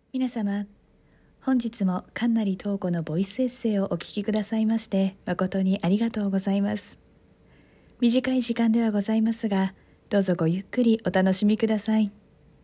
皆様、本日も神成東子のボイスエッセイをお聞きくださいまして誠にありがとうございます。短い時間ではございますが、どうぞごゆっくりお楽しみください。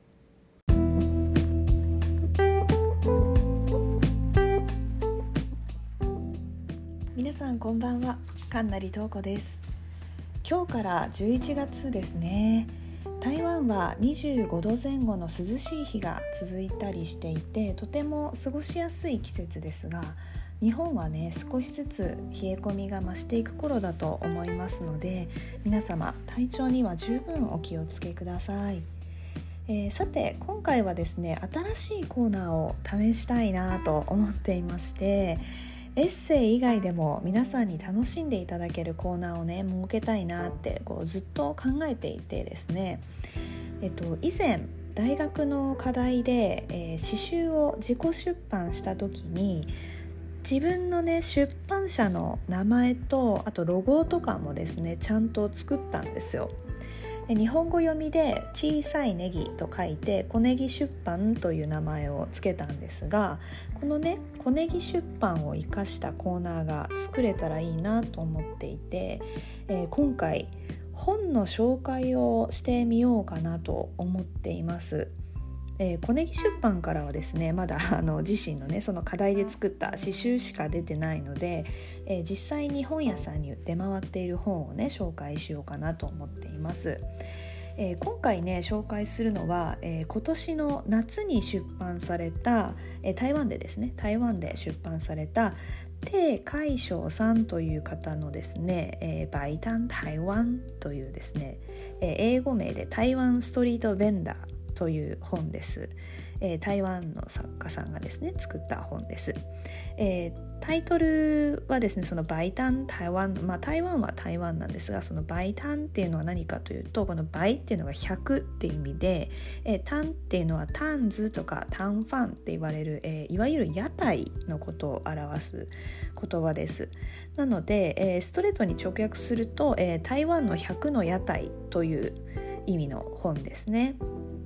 皆さんこんばんは、神成東子です。今日から11月ですね。台湾は25度前後の涼しい日が続いたりしていて、とても過ごしやすい季節ですが、日本はね、少しずつ冷え込みが増していく頃だと思いますので、皆様体調には十分お気をつけください。さて、今回はですね、新しいコーナーを試したいなと思っていまして、エッセイ以外でも皆さんに楽しんでいただけるコーナーをね、設けたいなってずっと考えていてですね、以前大学の課題で、詩集を自己出版した時に、自分のね、出版社の名前とあとロゴとかもですね、ちゃんと作ったんですよ。日本語読みで小さいネギと書いて小ネギ出版という名前をつけたんですが、このね、小ネギ出版を生かしたコーナーが作れたらいいなと思っていて、今回本の紹介をしてみようかなと思っています。小ネギ出版からはですね、まだ自身のね、その課題で作った詩集しか出てないので、実際に本屋さんに出回っている本をね、紹介しようかなと思っています。今回ね、紹介するのは、今年の夏に出版された、台湾で出版された鄭海祥さんという方のですね、バイタン台湾というですね、英語名で台湾ストリートベンダーという本です。台湾の作家さんがですね、作った本です。タイトルはですね、そのバイタン台湾、台湾は台湾なんですが、そのバイタンっていうのは何かというと、このバイっていうのが100っていう意味で、タンっていうのはタンズとかタンファンって言われる、いわゆる屋台のことを表す言葉です。なので、ストレートに直訳すると、台湾の100の屋台という意味の本ですね。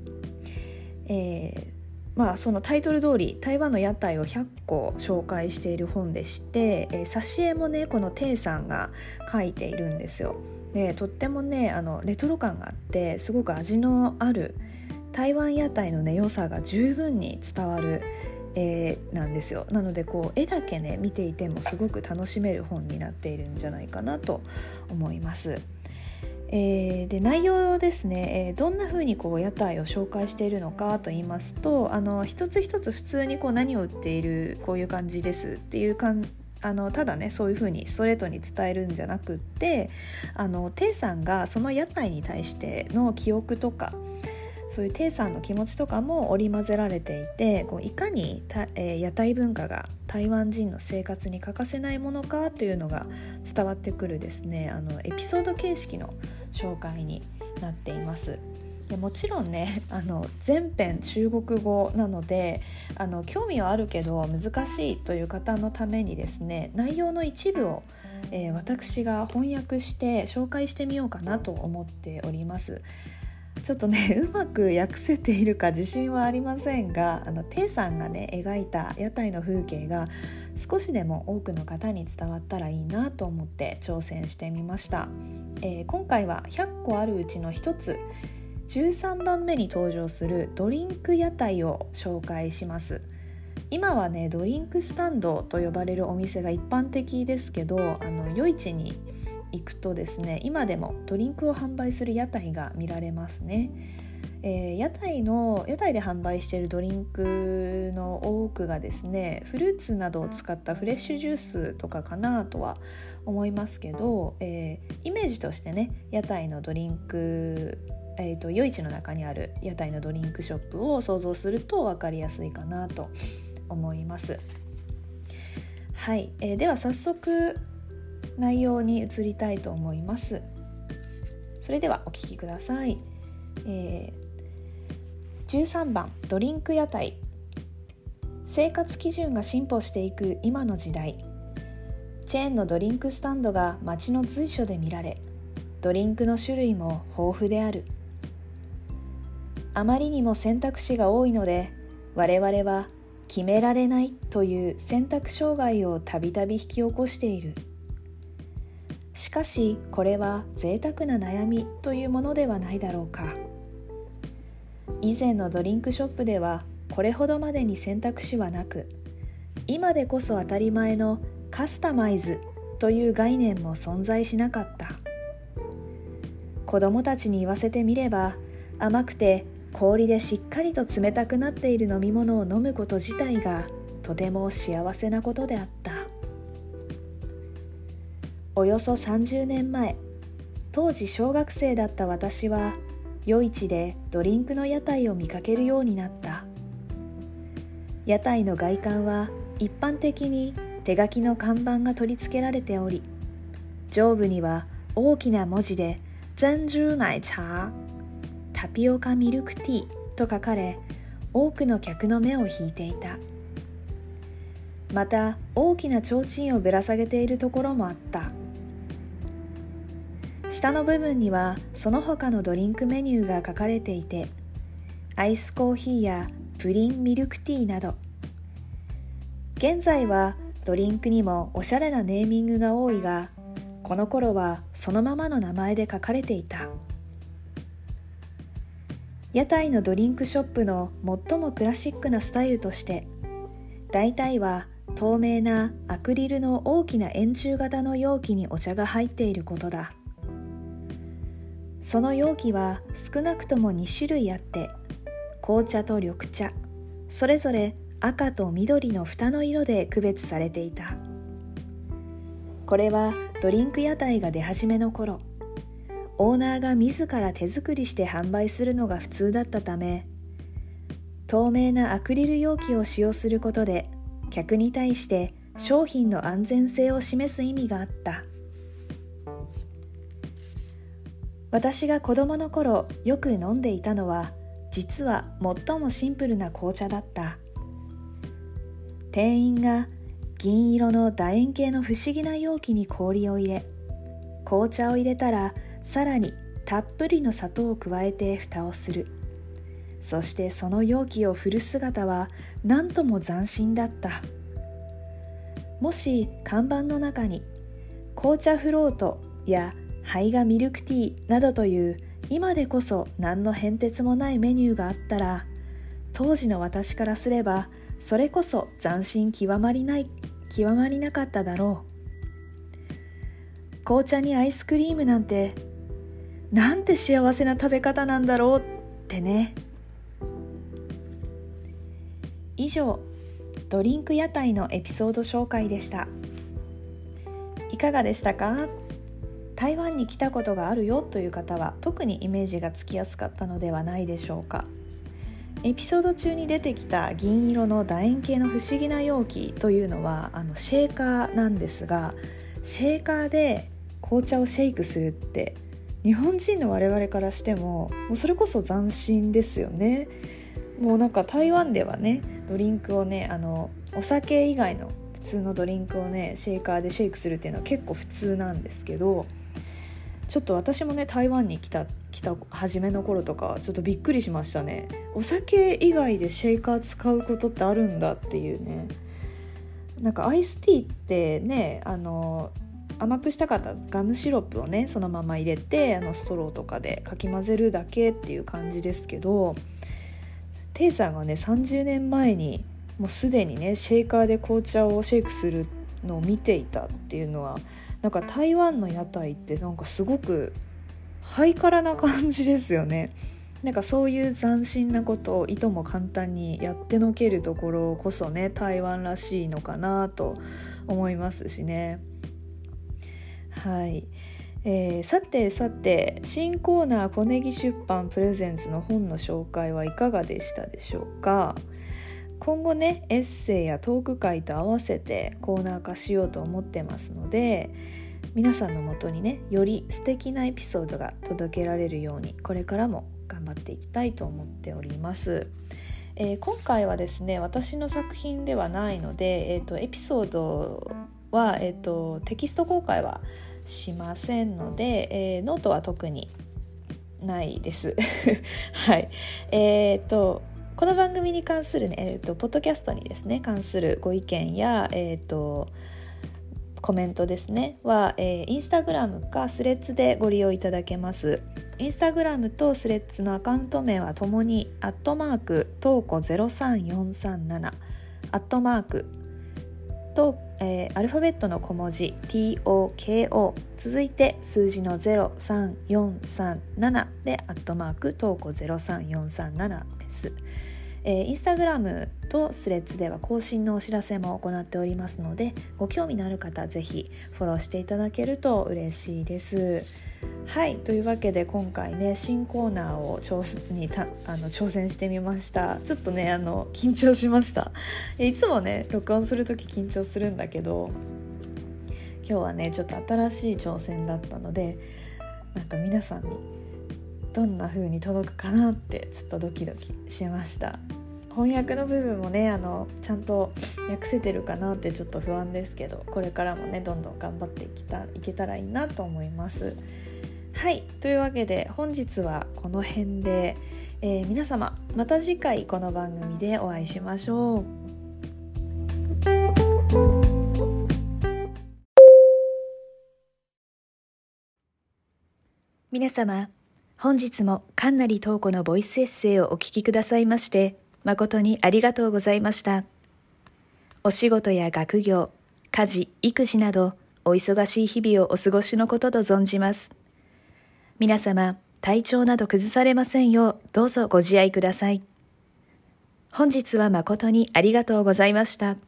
そのタイトル通り台湾の屋台を100個紹介している本でして、挿絵もね、この鄭さんが書いているんですよ。で、とってもね、レトロ感があって、すごく味のある台湾屋台のね、良さが十分に伝わる絵なんですよ。なので絵だけね、見ていてもすごく楽しめる本になっているんじゃないかなと思います。で、内容ですね、どんな風に屋台を紹介しているのかと言いますと、一つ一つ普通に何を売っている、こういう感じですっていうただね、そういう風にストレートに伝えるんじゃなくって、鄭さんがその屋台に対しての記憶とか、そういう鄭さんの気持ちとかも織り交ぜられていて、いかに屋台文化が台湾人の生活に欠かせないものかというのが伝わってくるですね、エピソード形式の紹介になっています。でもちろんね、全編中国語なので、興味はあるけど難しいという方のためにですね、内容の一部を、私が翻訳して紹介してみようかなと思っております。ちょっとね、うまく訳せているか自信はありませんが、鄭さんがね、描いた屋台の風景が少しでも多くの方に伝わったらいいなと思って挑戦してみました。今回は100個あるうちの一つ、13番目に登場するドリンク屋台を紹介します。今はね、ドリンクスタンドと呼ばれるお店が一般的ですけど、夜市に行くとですね、今でもドリンクを販売する屋台が見られますね。屋台で販売しているドリンクの多くがですね、フルーツなどを使ったフレッシュジュースとかかなとは思いますけど、イメージとしてね、屋台のドリンク、夜市の中にある屋台のドリンクショップを想像すると分かりやすいかなと思います。はい、では早速内容に移りたいと思います。それではお聞きください。13番、ドリンク屋台。生活基準が進歩していく今の時代、チェーンのドリンクスタンドが街の随所で見られ、ドリンクの種類も豊富である。あまりにも選択肢が多いので、 我々は決められないという選択障害をたびたび引き起こしている。しかしこれは贅沢な悩みというものではないだろうか。以前のドリンクショップではこれほどまでに選択肢はなく、今でこそ当たり前のカスタマイズという概念も存在しなかった。子供たちに言わせてみれば、甘くて氷でしっかりと冷たくなっている飲み物を飲むこと自体がとても幸せなことであった。およそ30年前、当時小学生だった私は夜市でドリンクの屋台を見かけるようになった。屋台の外観は一般的に手書きの看板が取り付けられており、上部には大きな文字で珍珠奶茶、タピオカミルクティーと書かれ、多くの客の目を引いていた。また大きな提灯をぶら下げているところもあった。下の部分にはその他のドリンクメニューが書かれていて、アイスコーヒーやプリンミルクティーなど、現在はドリンクにもおしゃれなネーミングが多いが、この頃はそのままの名前で書かれていた。屋台のドリンクショップの最もクラシックなスタイルとして、大体は透明なアクリルの大きな円柱型の容器にお茶が入っていることだ。その容器は少なくとも2種類あって、紅茶と緑茶、それぞれ赤と緑の蓋の色で区別されていた。これはドリンク屋台が出始めの頃、オーナーが自ら手作りして販売するのが普通だったため、透明なアクリル容器を使用することで客に対して商品の安全性を示す意味があった。私が子供の頃よく飲んでいたのは、実は最もシンプルな紅茶だった。店員が銀色の楕円形の不思議な容器に氷を入れ、紅茶を入れたらさらにたっぷりの砂糖を加えて蓋をする。そしてその容器を振る姿は何とも斬新だった。もし看板の中に紅茶フロートや胚芽ミルクティーなどという今でこそ何の変哲もないメニューがあったら、当時の私からすればそれこそ斬新極まりなかっただろう。紅茶にアイスクリームなんて、なんて幸せな食べ方なんだろうってね。以上、ドリンク屋台のエピソード紹介でした。いかがでしたか？台湾に来たことがあるよという方は特にイメージがつきやすかったのではないでしょうか。エピソード中に出てきた銀色の楕円形の不思議な容器というのはシェーカーなんですが、シェーカーで紅茶をシェイクするって日本人の我々からしてもうそれこそ斬新ですよね。もうなんか台湾ではね、ドリンクをねお酒以外の普通のドリンクをねシェーカーでシェイクするっていうのは結構普通なんですけど、ちょっと私もね台湾に来た初めの頃とかちょっとびっくりしましたね。お酒以外でシェイカー使うことってあるんだっていうね。なんかアイスティーってね甘くしたかったガムシロップをねそのまま入れてストローとかでかき混ぜるだけっていう感じですけど、テイさんがね30年前にもうすでにねシェーカーで紅茶をシェイクするのを見ていたっていうのは、なんか台湾の屋台ってなんかすごくハイカラな感じですよね。なんかそういう斬新なことをいとも簡単にやってのけるところこそね台湾らしいのかなと思いますしね。はい、さて新コーナー小ネギ出版プレゼンツの本の紹介はいかがでしたでしょうか。今後ねエッセイやトーク会と合わせてコーナー化しようと思ってますので、皆さんのもとにねより素敵なエピソードが届けられるようにこれからも頑張っていきたいと思っております。今回はですね私の作品ではないので、エピソードは、テキスト公開はしませんので、ノートは特にないですはい。 この番組に関するね、ポッドキャストにですね関するご意見や、コメントですねは、インスタグラムかスレッズでご利用いただけます。インスタグラムとスレッズのアカウント名はともに@トーコ03437と、アルファベットの小文字 TOKO 続いて数字の03437でトーコ03437です。インスタグラムとスレッズでは更新のお知らせも行っておりますので、ご興味のある方ぜひフォローしていただけると嬉しいです。はい、というわけで今回ね新コーナーを挑戦してみました。ちょっとね緊張しました。いつもね録音するとき緊張するんだけど、今日はねちょっと新しい挑戦だったので、なんか皆さんにどんな風に届くかなってちょっとドキドキしました。翻訳の部分もねちゃんと訳せてるかなってちょっと不安ですけど、これからもねどんどん頑張っていけたらいいなと思います。はい、というわけで本日はこの辺で、皆様また次回この番組でお会いしましょう。皆様、本日も神成東子のボイスエッセイをお聞きくださいまして誠にありがとうございました。お仕事や学業、家事、育児などお忙しい日々をお過ごしのことと存じます。皆様、体調など崩されませんようどうぞご自愛ください。本日は誠にありがとうございました。